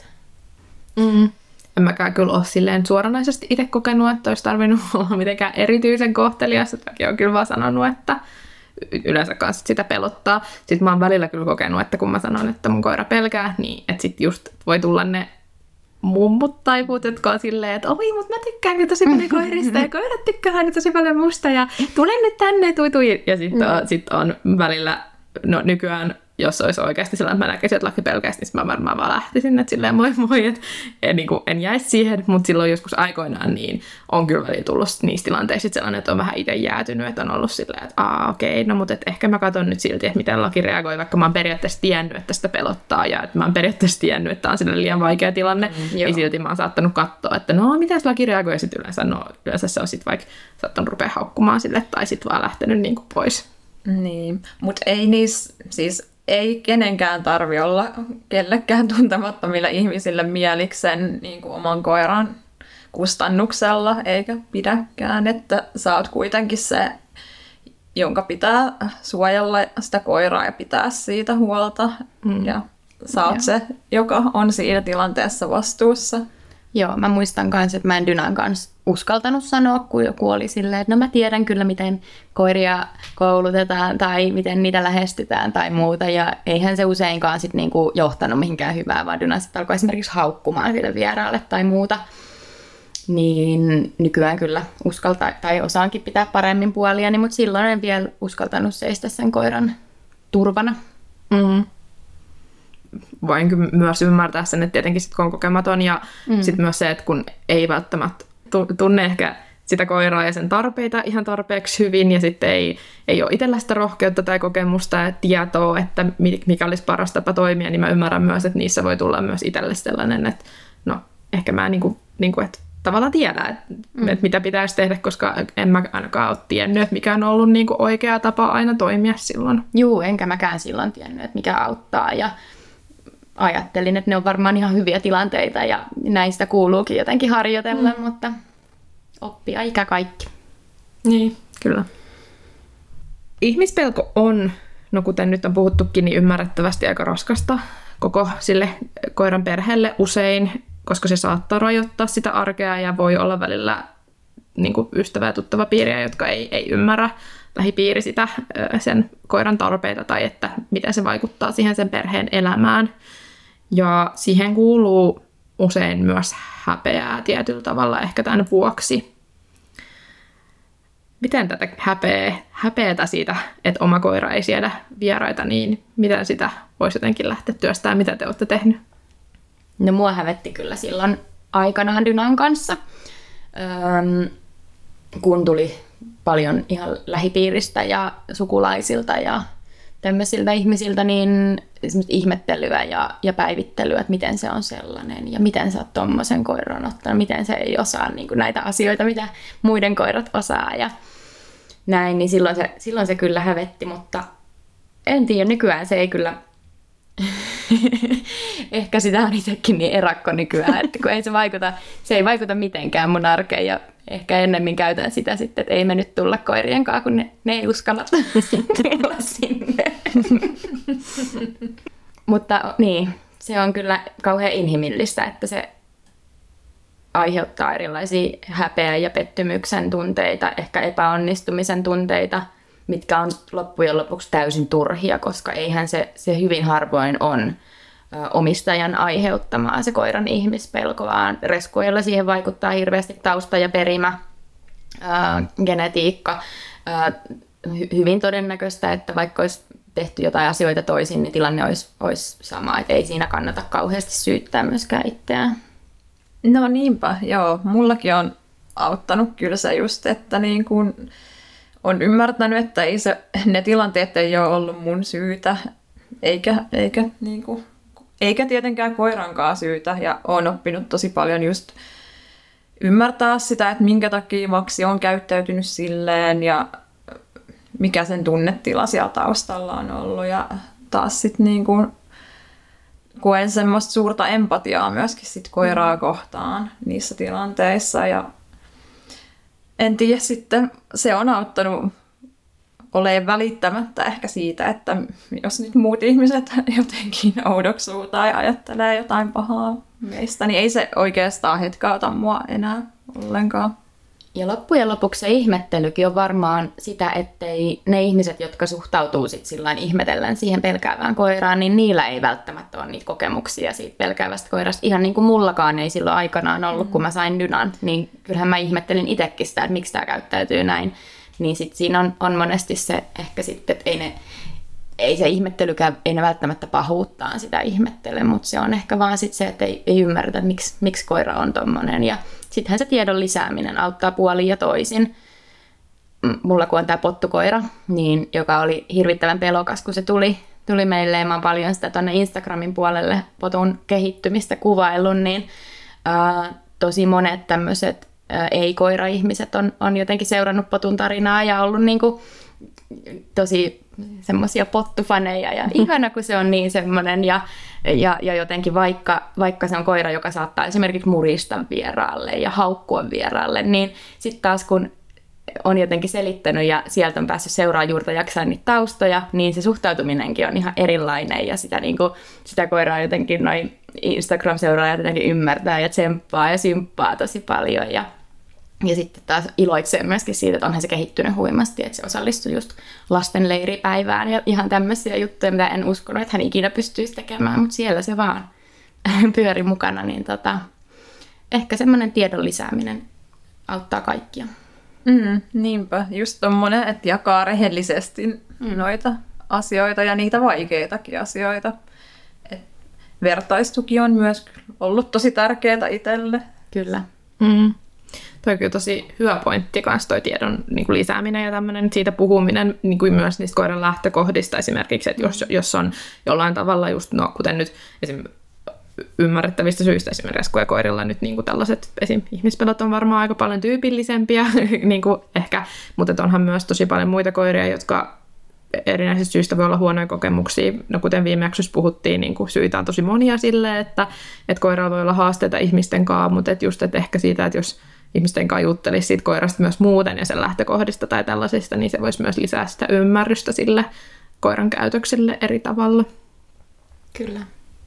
Mm. En mäkään kyllä ole silleen suoranaisesti itse kokenut, että olisi tarvinnut olla mitenkään erityisen kohtelias. Mäkin olen kyllä vaan sanonut, että yleensä kanssa sitä pelottaa. Sitten mä oon välillä kyllä kokenut, että kun mä sanon, että mun koira pelkää, niin että sit just voi tulla ne mummut tai muut, jotka on silleen, että oi, mutta mä tykkään tosi paljon koirista ja koirat tykkää tosi paljon musta ja tulen nyt tänne, tui tui. Ja sitten on, sit on välillä, no nykyään, jos olisi oikeasti sellainen, että mä näkisin, että Laki pelkäisi, niin mä varmaan vaan lähtisin, että silleen moi moi, että en, niin kuin, en jäisi siihen, mutta silloin joskus aikoinaan niin on kyllä välillä tullut niissä tilanteissa sellainen, että on vähän itse jäätynyt, että on ollut silleen, että aa okei, okay, no mutta ehkä mä katson nyt silti, että miten Laki reagoi, vaikka mä oon periaatteessa tiennyt, että sitä pelottaa ja että mä oon periaatteessa tiennyt, että on sille liian vaikea tilanne, mm, ja silti mä oon saattanut katsoa, että no mitäs Laki reagoi, ja sitten yleensä, no, yleensä se on sitten vaikka saattanut rupea haukkumaan sille, tai sitten vaan lähtenyt niin kuin pois. Niin, mutta ei niissä, siis ei kenenkään tarvi olla kellekään tuntemattomilla ihmisillä mieliksen niin kuin oman koiran kustannuksella, eikä pidäkään, että sä oot kuitenkin se, jonka pitää suojella sitä koiraa ja pitää siitä huolta. Mm. Ja sä oot ja. se, joka on siinä tilanteessa vastuussa. Joo, mä muistan myös, että mä en Dynan kanssa uskaltanut sanoa, kun joku oli silleen, että no mä tiedän kyllä, miten koiria koulutetaan tai miten niitä lähestytään tai muuta. Ja eihän se useinkaan sit niinku johtanut mihinkään hyvää, vaan Dyna sitten alkoi esimerkiksi haukkumaan sille vieraalle tai muuta. Niin nykyään kyllä uskaltaa, tai osaankin pitää paremmin puoliani, mutta silloin en vielä uskaltanut seistä sen koiran turvana. Mm. Voin kyllä myös ymmärtää sen, että tietenkin sit, kun on kokematon ja mm. sitten myös se, että kun ei välttämättä tunne ehkä sitä koiraa ja sen tarpeita ihan tarpeeksi hyvin ja sitten ei, ei ole itsellä sitä rohkeutta tai kokemusta ja tietoa, että mikä olisi paras tapa toimia, niin mä ymmärrän myös, että niissä voi tulla myös itselle sellainen, että no ehkä mä niinku, niinku, että tavallaan tiedä, että, mm. että mitä pitäisi tehdä, koska en mä ainakaan ole tiennyt, että mikä on ollut niinku oikea tapa aina toimia silloin. Juu, enkä mäkään silloin tiennyt, että mikä auttaa ja ajattelin, että ne on varmaan ihan hyviä tilanteita ja näistä kuuluukin jotenkin harjoitella, mm. mutta oppia ikä kaikki. Niin, kyllä. Ihmispelko on, no kuten nyt on puhuttukin, niin ymmärrettävästi aika raskasta koko sille koiran perheelle usein, koska se saattaa rajoittaa sitä arkea ja voi olla välillä niin kuin ystävä ja tuttava piiriä, jotka ei, ei ymmärrä lähipiiri sitä sen koiran tarpeita tai että miten se vaikuttaa siihen sen perheen elämään. Ja siihen kuuluu usein myös häpeää tietyllä tavalla ehkä tämän vuoksi. miten tätä häpeä, häpeätä siitä, että oma koira ei siedä vieraita, niin miten sitä voisi jotenkin lähteä työstämään, mitä te olette tehnyt? No mua hävetti kyllä silloin aikanaan Dynan kanssa, öö, kun tuli paljon ihan lähipiiristä ja sukulaisilta ja tämmöisiltä ihmisiltä niin ihmettelyä ja, ja päivittelyä, että miten se on sellainen ja miten sä oot tommosen koiran ottanut, miten se ei osaa niin kuin näitä asioita, mitä muiden koirat osaa ja näin, niin silloin se, silloin se kyllä hävetti, mutta en tiedä, nykyään se ei kyllä, ehkä sitä on itsekin niin erakko nykyään, että kun ei se vaikuta, se ei vaikuta mitenkään mun arkeen ja ehkä ennemmin käytän sitä sitten, että ei me nyt tulla koirien kanssa, kun ne, ne ei uskalla tulla sinne. Mutta niin, se on kyllä kauhean inhimillistä, että se aiheuttaa erilaisia häpeä- ja pettymyksen tunteita, ehkä epäonnistumisen tunteita, mitkä on loppujen lopuksi täysin turhia, koska eihän se, se hyvin harvoin on omistajan aiheuttamaa se koiran ihmispelko, vaan reskueilla siihen vaikuttaa hirveästi tausta ja perimä, ää, genetiikka. Ää, hy- hyvin todennäköistä, että vaikka olisi tehty jotain asioita toisin, niin tilanne olisi, olisi sama. Et ei siinä kannata kauheasti syyttää myöskään itseään. No niinpä, joo. Mullakin on auttanut kyllä se just, että niin kun on ymmärtänyt, että ei se, ne tilanteet ei ole ollut mun syytä, eikä, eikä niin kuin Eikä tietenkään koirankaan syytä, ja olen oppinut tosi paljon just ymmärtää sitä, että minkä takia Maksi on käyttäytynyt silleen, ja mikä sen tunnetila siellä taustalla on ollut, ja taas sitten niin kuin koen semmoista suurta empatiaa myöskin sit koiraa kohtaan niissä tilanteissa, ja en tiedä sitten, se on auttanut olemaan välittämättä ehkä siitä, että jos nyt muut ihmiset jotenkin oudoksuu tai ajattelee jotain pahaa meistä, niin ei se oikeastaan hetkä ota mua enää ollenkaan. Ja loppujen lopuksi se ihmettelykin on varmaan sitä, ettei ne ihmiset, jotka suhtautuu sit sillain ihmetellen siihen pelkäävään koiraan, niin niillä ei välttämättä ole niitä kokemuksia siitä pelkäävästä koirasta. Ihan niin kuin mullakaan ei silloin aikanaan ollut, mm. kun mä sain Dynan, niin kyllähän mä ihmettelin itsekin sitä, että miksi tämä käyttäytyy näin. Niin sitten siinä on, on monesti se ehkä sitten, että ei, ne, ei se ihmettelykään, ei ne välttämättä pahuuttaan sitä ihmettele, mutta se on ehkä vaan sitten se, että ei, ei ymmärretä, että miksi, miksi koira on tommonen. Ja sittenhän se tiedon lisääminen auttaa puolin ja toisin. Mulla kun on tämä pottukoira, niin, joka oli hirvittävän pelokas, kun se tuli, tuli meille, ja mä oon paljon sitä tuonne Instagramin puolelle potun kehittymistä kuvaillut, niin ää, tosi monet tämmöiset ei-koira-ihmiset on, on jotenkin seurannut potun tarinaa ja ollut niin kuin tosi semmoisia pottufaneja ja ihana, kun se on niin semmoinen ja, ja, ja jotenkin vaikka, vaikka se on koira, joka saattaa esimerkiksi murista vieraalle ja haukkua vieraalle, niin sitten taas kun on jotenkin selittänyt ja sieltä on päässyt seuraamaan juurta jaksaa niitä taustoja, niin se suhtautuminenkin on ihan erilainen ja sitä, niin kuin, sitä koiraa jotenkin noin Instagram-seuraajat jotenkin ymmärtää ja tsemppaa ja symppaa tosi paljon ja, ja sitten taas iloitsee myöskin siitä, että onhan se kehittynyt huimasti, että se osallistui just lastenleiripäivään ja ihan tämmöisiä juttuja, mitä en uskonut, että hän ikinä pystyisi tekemään, mutta siellä se vaan pyöri mukana, niin tota, ehkä semmoinen tiedon lisääminen auttaa kaikkia. Mm, niinpä, just tommonen, että jakaa rehellisesti mm. noita asioita ja niitä vaikeitakin asioita. Et vertaistuki on myös ollut tosi tärkeää itselle. Kyllä. Mm. Toi on kyllä tosi hyvä pointti kanssa toi tiedon niin kuin lisääminen ja tämmöinen siitä puhuminen niin kuin myös niistä koiran lähtökohdista esimerkiksi, että jos, jos on jollain tavalla just, no kuten nyt esimerkiksi ymmärrettävistä syistä esimerkiksi koirilla nyt niin kuin tällaiset esim. Ihmispelot on varmaan aika paljon tyypillisempiä, niin kuin ehkä, mutta onhan myös tosi paljon muita koiria, jotka erinäisistä syistä voi olla huonoja kokemuksia. No kuten viime jaksossa puhuttiin, niin kuin syitä on tosi monia sille, että, että koiralla voi olla haasteita ihmisten kanssa, mutta että just että ehkä siitä, että jos ihmisten kanssa juttelisi siitä koirasta myös muuten ja sen lähtökohdista tai tällaisista, niin se voisi myös lisää sitä ymmärrystä sille koiran käytökselle eri tavalla. Kyllä.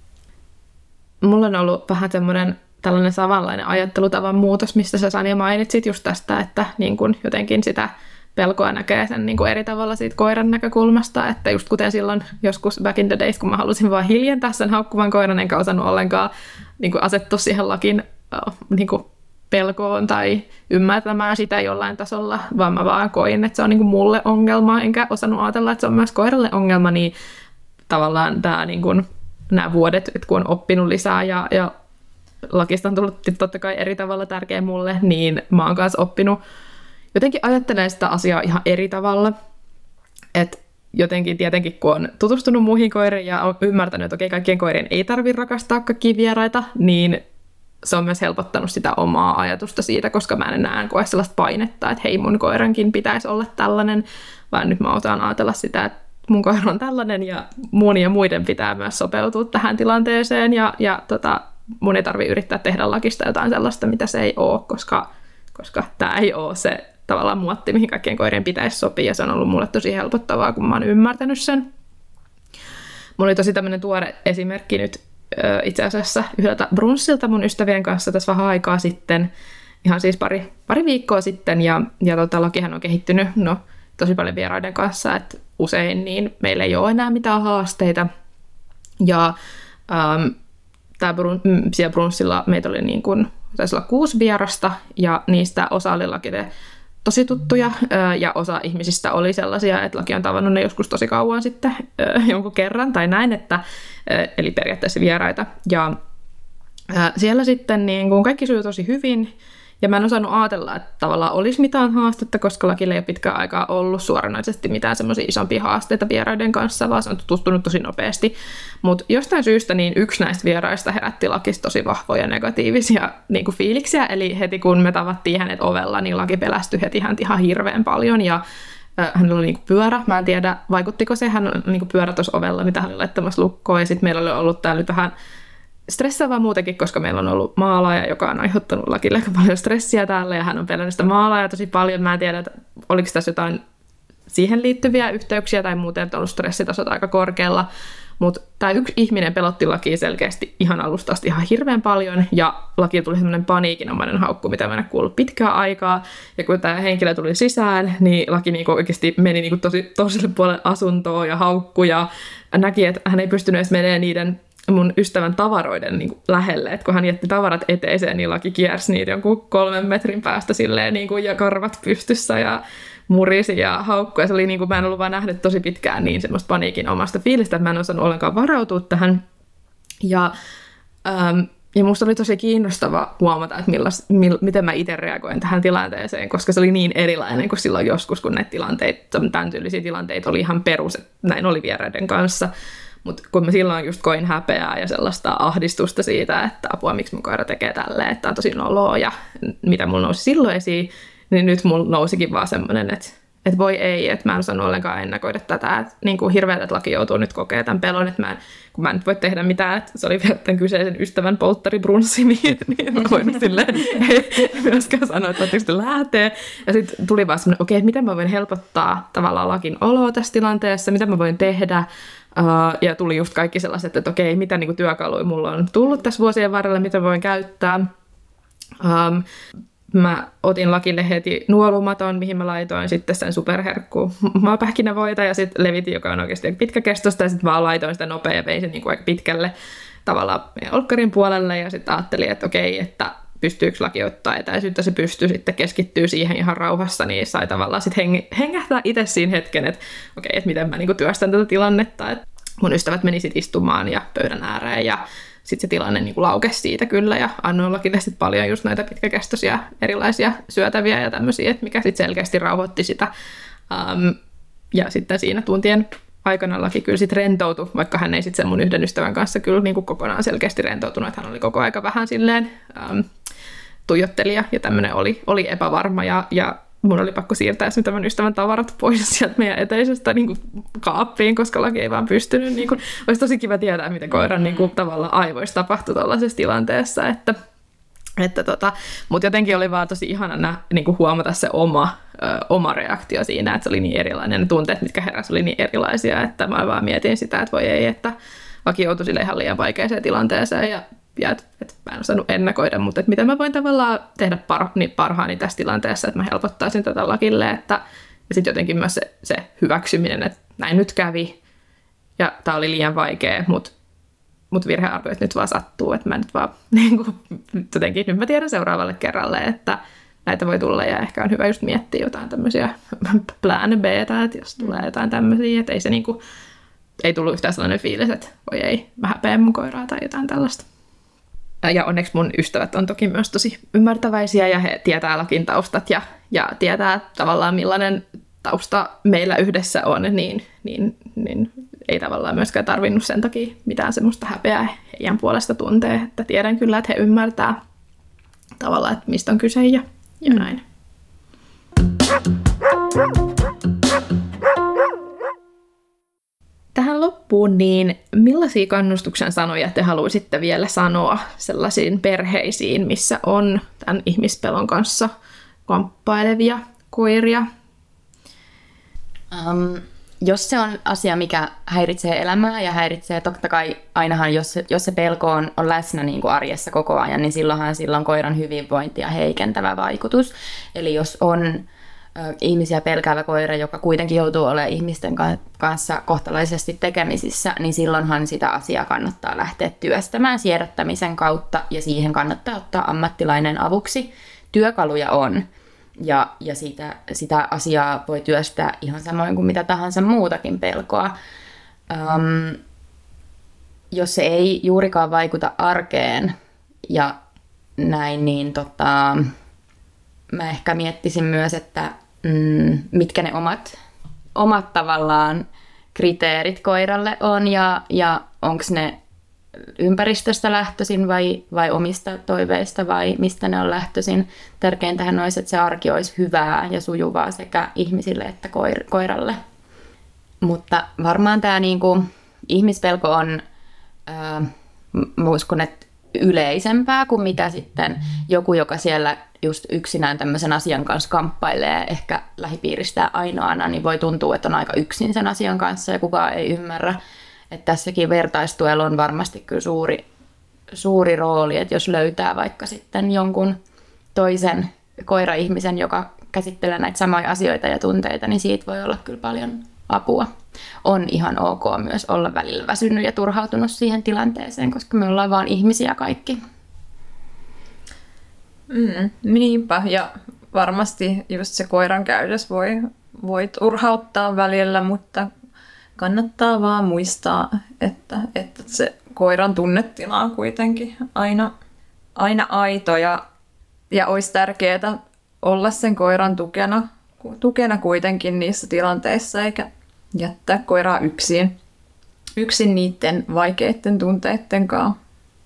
Mulla on ollut vähän semmoinen tällainen samanlainen ajattelutavan muutos, mistä sä Sanja mainitsit just tästä, että niin kun jotenkin sitä pelkoa näkee sen niin kuin eri tavalla siitä koiran näkökulmasta, että just kuten silloin joskus back in the days, kun mä halusin vaan hiljentää sen haukkuvan koiran, enkä osannut ollenkaan niin kuin asettua siihen lakin niin kuin pelkoon tai ymmärtämään sitä jollain tasolla, vaan mä vaan koin, että se on niin kuin mulle ongelma, enkä osannut ajatella, että se on myös koiralle ongelma, niin tavallaan tämä, niin kuin, nämä vuodet, että kun on oppinut lisää ja, ja lakista on tullut totta kai eri tavalla tärkeä mulle, niin mä oon kanssa oppinut jotenkin ajattelemaan sitä asiaa ihan eri tavalla, että jotenkin tietenkin, kun on tutustunut muihin koiriin ja on ymmärtänyt, että okei, kaikkien koirien ei tarvitse rakastaa kaikkia vieraita, niin se on myös helpottanut sitä omaa ajatusta siitä, koska mä en enää koe sellaista painetta, että hei, mun koirankin pitäisi olla tällainen, vaan nyt mä osaan ajatella sitä, että mun koira on tällainen ja mun ja muiden pitää myös sopeutua tähän tilanteeseen ja, ja tota, mun ei tarvitse yrittää tehdä lakista jotain sellaista, mitä se ei ole, koska, koska tämä ei ole se tavallaan muotti, mihin kaikkien koirien pitäisi sopia, ja se on ollut mulle tosi helpottavaa, kun mä oon ymmärtänyt sen. Mulla oli tosi tämmöinen tuore esimerkki nyt itse asiassa yhdeltä brunssilta mun ystävien kanssa tässä vähän aikaa sitten, ihan siis pari, pari viikkoa sitten, ja, ja tota, lakihan on kehittynyt no, tosi paljon vieraiden kanssa, että usein niin meillä ei ole enää mitään haasteita, ja ähm, tää brun, siellä brunssilla meitä oli niin kuin, taisi olla kuusi vierasta, ja niistä osa oli lakille tosi tuttuja, ja osa ihmisistä oli sellaisia, että laki on tavannut ne joskus tosi kauan sitten jonkun kerran tai näin, että, eli periaatteessa vieraita. Ja siellä sitten niin kun kaikki sujui tosi hyvin, ja mä en osannut ajatella, että tavallaan olisi mitään haastetta, koska lakille ei ole pitkään aikaa ollut suoranaisesti mitään semmoisia isompia haasteita vieraiden kanssa, vaan se on tutustunut tosi nopeasti. Mutta jostain syystä niin yksi näistä vieraista herätti lakista tosi vahvoja negatiivisia niin kuin fiiliksiä, eli heti kun me tavattiin hänet ovella, niin laki pelästyi heti häntä ihan hirveän paljon, ja äh, hänellä oli niin kuin pyörä, mä en tiedä vaikuttiko se, hän oli niin kuin pyörä tuossa ovella, mitä hän oli laittamassa lukkoon, ja sitten meillä oli ollut täällä nyt vähän stressaavaa muutenkin, koska meillä on ollut maalaaja, joka on aiheuttanut lakille aika paljon stressiä täällä, ja hän on pelännyt sitä maalaajaa tosi paljon. Mä en tiedä, että oliko tässä jotain siihen liittyviä yhteyksiä tai muuten, että on ollut stressitasot aika korkealla. Mutta tämä yksi ihminen pelotti lakia selkeästi ihan alusta asti ihan hirveän paljon, ja lakiin tuli semmoinen paniikinomainen haukku, mitä mä en kuullut pitkään aikaa. Ja kun tämä henkilö tuli sisään, niin laki niinku oikeasti meni niinku tosi toiselle puolelle asuntoa ja haukku, ja näki, että hän ei pystynyt edes menemään niiden mun ystävän tavaroiden niin kuin lähelle, että kun hän jätti tavarat eteiseen, niin laki kiersi niitä jonkun kolmen metrin päästä silleen, niin kuin, ja karvat pystyssä ja murisi ja haukkui. Ja se oli niin kuin, mä en ollut vaan nähnyt tosi pitkään niin semmoista paniikin omasta fiilistä, että mä en osannut ollenkaan varautua tähän. Ja, ähm, ja musta oli tosi kiinnostava huomata, että millas, mil, miten mä itse reagoin tähän tilanteeseen, koska se oli niin erilainen kuin silloin joskus, kun näitä tilanteita, tämän tyylisiä tilanteita oli ihan perus, että näin oli vieraiden kanssa. Mutta kun mä silloin just koin häpeää ja sellaista ahdistusta siitä, että apua, miksi mun koira tekee tälleen, että on tosi noloa ja mitä mulla nousi silloin esiin, niin nyt mulla nousikin vaan semmoinen, että, että voi ei, että mä en osannut ollenkaan ennakoida tätä, että niin kuin hirveätä, että laki joutuu nyt kokemaan tämän pelon, että mä en, kun mä en nyt voi tehdä mitään, että se oli vielä tämän kyseisen ystävän polttaribrunssi, niin, niin mä voin silleen ei myöskään sanoa, että otteko te lähtee. Ja sitten tuli vaan semmoinen, okei, okay, miten mä voin helpottaa tavallaan lakin oloa tässä tilanteessa, mitä mä voin tehdä. Uh, ja tuli just kaikki sellaiset, että okei, mitä niinku työkaluja mulla on tullut tässä vuosien varrella, mitä voin käyttää. Um, mä otin lakille heti nuolumaton, mihin mä laitoin sitten sen superherkku maapähkinävoita ja sitten levitin, joka on oikeasti pitkäkestoista, ja sitten vaan laitoin sitä nopea ja vein sen niinku aika pitkälle tavallaan meidän olkkarin puolelle, ja sitten ajattelin, että okei, että pystyykö laki ottaa etäisyyttä, se pystyy sitten keskittyy siihen ihan rauhassa, niin sai tavallaan sitten hengähtää itse siinä hetken, että okei, että miten mä niinku työstän tätä tilannetta. Et mun ystävät meni sitten istumaan ja pöydän ääreen, ja sitten se tilanne niinku laukesi siitä kyllä, ja annoin lakille sitten paljon just näitä pitkäkestoisia erilaisia syötäviä ja tämmöisiä, että mikä sitten selkeästi rauhoitti sitä. Um, ja sitten siinä tuntien aikana laki kyllä sitten rentoutui, vaikka hän ei sitten sen mun yhden ystävän kanssa kyllä niinku kokonaan selkeästi rentoutunut, että hän oli koko aika vähän silleen um, tuijottelija, ja tämmöinen oli, oli epävarma, ja, ja mun oli pakko siirtää sen tämän ystävän tavarat pois sieltä meidän eteisestä niin kuin kaappiin, koska laki ei vaan pystynyt. Niin kuin, olisi tosi kiva tietää, miten koiran niin kuin, tavallaan aivoissa tapahtui tuollaisessa tilanteessa. Että, että tota, mutta jotenkin oli vaan tosi ihana nä, niin kuin huomata se oma, ö, oma reaktio siinä, että se oli niin erilainen. Ne tunteet, mitkä heräsi, oli niin erilaisia, että mä vaan mietin sitä, että voi ei, että laki joutui sille ihan liian vaikeaseen tilanteeseen, ja ja että et mä en osannut ennakoida, mutta että miten mä voin tavallaan tehdä par- niin parhaani tässä tilanteessa, että mä helpottaisin tätä lakille, että, ja sitten jotenkin myös se, se hyväksyminen, että näin nyt kävi, ja tää oli liian vaikea, mutta mut virhearvioit nyt vaan sattuu, että mä nyt vaan niin kuin, jotenkin nyt mä tiedän seuraavalle kerralle, että näitä voi tulla ja ehkä on hyvä just miettiä jotain tämmöisiä plan B:tä, että jos tulee jotain tämmöisiä, että ei se niinku, ei tullut yhtään sellainen fiilis, että voi ei, mä häpeän mun koiraa tai jotain tällaista. Ja onneksi mun ystävät on toki myös tosi ymmärtäväisiä ja he tietää lakin taustat ja, ja tietää tavallaan millainen tausta meillä yhdessä on, niin, niin, niin ei tavallaan myöskään tarvinnut sen takia mitään semmoista häpeää heidän puolesta tuntee, että tiedän kyllä, että he ymmärtää tavallaan, että mistä on kyse ja, ja näin. Tähän loppuun, niin millaisia kannustuksen sanoja te haluaisitte vielä sanoa sellaisiin perheisiin, missä on tämän ihmispelon kanssa kamppailevia koiria? Um, jos se on asia, mikä häiritsee elämää ja häiritsee, totta kai ainahan, jos se, jos se pelko on, on läsnä niin kuin arjessa koko ajan, niin silloinhan sillä on koiran hyvinvointia heikentävä vaikutus. Eli jos on ö, ihmisiä pelkäävä koira, joka kuitenkin joutuu olemaan ihmisten kanssa kohtalaisesti tekemisissä, niin silloinhan sitä asiaa kannattaa lähteä työstämään siedättämisen kautta ja siihen kannattaa ottaa ammattilainen avuksi. Työkaluja on. Ja, ja sitä, sitä asiaa voi työstää ihan samoin kuin mitä tahansa muutakin pelkoa. Um, jos se ei juurikaan vaikuta arkeen ja näin, niin tota, mä ehkä miettisin myös, että mm, mitkä ne omat, omat tavallaan kriteerit koiralle on ja, ja onko ne ympäristöstä lähtöisin vai, vai omista toiveista vai mistä ne on lähtöisin. Tärkeintähän olisi, että se arki olisi hyvää ja sujuvaa sekä ihmisille että koir- koiralle. Mutta varmaan tämä niinku, ihmispelko on, ää, mä uskon, että yleisempää kuin mitä sitten joku, joka siellä just yksinään tämmöisen asian kanssa kamppailee ehkä lähipiiristä ainoana, niin voi tuntua, että on aika yksin sen asian kanssa ja kukaan ei ymmärrä. Että tässäkin vertaistuella on varmasti kyllä suuri, suuri rooli, että jos löytää vaikka sitten jonkun toisen koira-ihmisen, joka käsittelee näitä samoja asioita ja tunteita, niin siitä voi olla kyllä paljon apua. On ihan ok myös olla välillä väsynyt ja turhautunut siihen tilanteeseen, koska me ollaan vaan ihmisiä kaikki. Mm, niinpä, ja varmasti just se koiran käytös voi, voi turhauttaa välillä, mutta kannattaa vaan muistaa, että, että se koiran tunnetila on kuitenkin aina, aina aito ja, ja olisi tärkeää olla sen koiran tukena, tukena kuitenkin niissä tilanteissa eikä jättää koiraa yksin, yksin niiden vaikeiden tunteiden kanssa.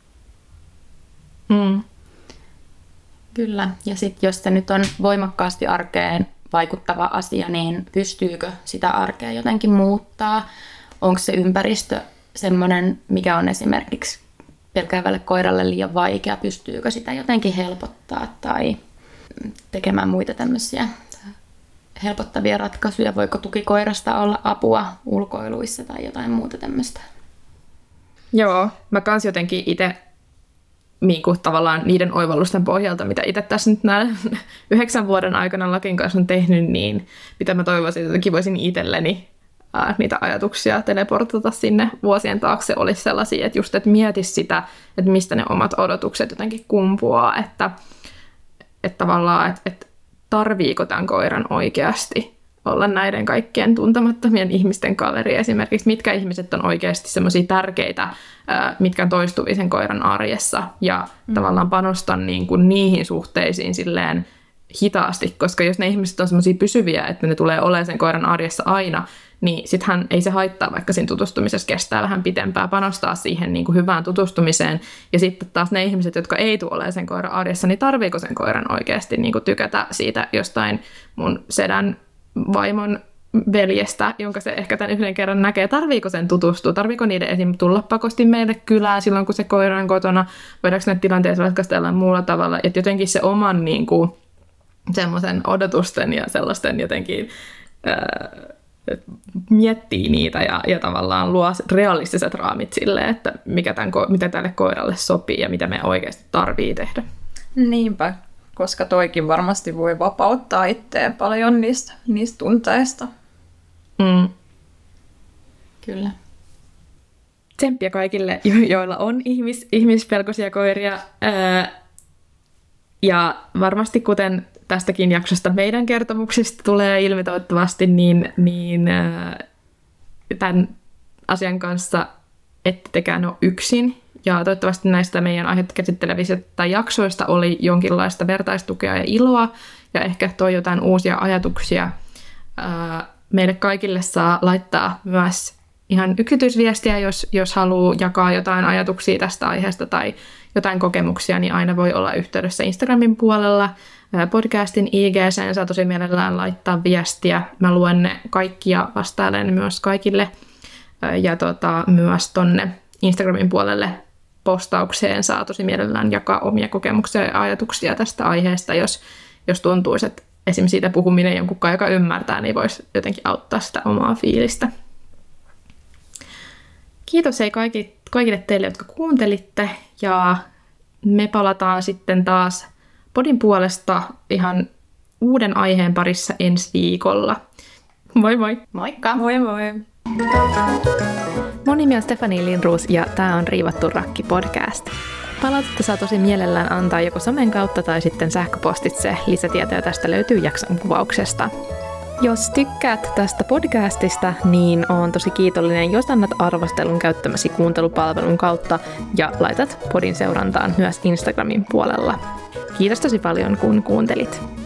Mm. Kyllä, ja sitten jos se nyt on voimakkaasti arkeen vaikuttava asia, niin pystyykö sitä arkea jotenkin muuttaa? Onko se ympäristö semmoinen, mikä on esimerkiksi pelkäävälle koiralle liian vaikea? Pystyykö sitä jotenkin helpottaa tai tekemään muita tämmöisiä helpottavia ratkaisuja? Voiko tukikoirasta olla apua ulkoiluissa tai jotain muuta tämmöistä? Joo, mä kans jotenkin itse niin kuin tavallaan niiden oivallusten pohjalta, mitä itse tässä nyt näin yhdeksän vuoden aikana lakin kanssa on tehnyt, niin mitä mä toivoisin, että jotenkin voisin itselleni ää, niitä ajatuksia teleportata sinne vuosien taakse, olisi sellaisia, että just, että mietis sitä, että mistä ne omat odotukset jotenkin kumpuaa, että, että tavallaan, että, että tarviiko tämän koiran oikeasti olla näiden kaikkien tuntemattomien ihmisten kaveri esimerkiksi, mitkä ihmiset on oikeasti semmoisia tärkeitä, mitkä on toistuvia sen koiran arjessa ja mm. tavallaan panostaa niin kuin niihin suhteisiin silleen hitaasti, koska jos ne ihmiset on semmoisia pysyviä, että ne tulee olemaan sen koiran arjessa aina, niin sittenhän ei se haittaa, vaikka siinä tutustumisessa kestää vähän pitempää panostaa siihen niin kuin hyvään tutustumiseen. Ja sitten taas ne ihmiset, jotka ei tule olemaan sen koiran arjessa, niin tarviiko sen koiran oikeasti niin kuin tykätä siitä jostain mun sedän vaimon veljestä, jonka se ehkä tämän yhden kerran näkee, tarviiko sen tutustua, tarviiko niiden esim. Tulla pakosti meille kylään silloin, kun se koira on kotona, voidaanko näitä tilanteessa ratkaista jollain muulla tavalla, että jotenkin se oman niin kuin, semmoisen odotusten ja sellaisten jotenkin ää, miettii niitä ja, ja tavallaan luo realistiset raamit sille, että mikä tämän, mitä tälle koiralle sopii ja mitä me oikeasti tarvii tehdä. Niinpä. Koska toikin varmasti voi vapauttaa itseä paljon niistä, niistä tunteista. Mm. Kyllä. tsemppiä kaikille, jo- joilla on ihmis, ihmispelkoisia koiria. Öö, ja varmasti kuten tästäkin jaksosta meidän kertomuksista tulee ilmi toivottavasti, niin, niin öö, tämän asian kanssa ette tekään ole yksin. Ja toivottavasti näistä meidän aihetta käsittelevistä jaksoista oli jonkinlaista vertaistukea ja iloa, ja ehkä toi jotain uusia ajatuksia. Meille kaikille saa laittaa myös ihan yksityisviestiä, jos, jos haluaa jakaa jotain ajatuksia tästä aiheesta tai jotain kokemuksia, niin aina voi olla yhteydessä Instagramin puolella. Podcastin I G:seen saa tosi mielellään laittaa viestiä. Mä luen ne kaikki ja vastailen myös kaikille. Ja tota, myös tonne Instagramin puolelle postaukseen saa tosi mielellään jakaa omia kokemuksia ja ajatuksia tästä aiheesta, jos, jos tuntuisi, että esimerkiksi siitä puhuminen jonkun joka ymmärtää, niin voisi jotenkin auttaa sitä omaa fiilistä. Kiitos hei kaikille, kaikille teille, jotka kuuntelitte, ja me palataan sitten taas podin puolesta ihan uuden aiheen parissa ensi viikolla. Moi moi! Moikka! Moi moi! Mun nimi on Stefanie Lindroos ja tää on Riivattu rakki podcast. Palautetta saa tosi mielellään antaa joko somen kautta tai sitten sähköpostitse. Lisätietoja tästä löytyy jakson kuvauksesta. Jos tykkäät tästä podcastista, niin oon tosi kiitollinen, jos annat arvostelun käyttämäsi kuuntelupalvelun kautta ja laitat podin seurantaan myös Instagramin puolella. Kiitos tosi paljon, kun kuuntelit.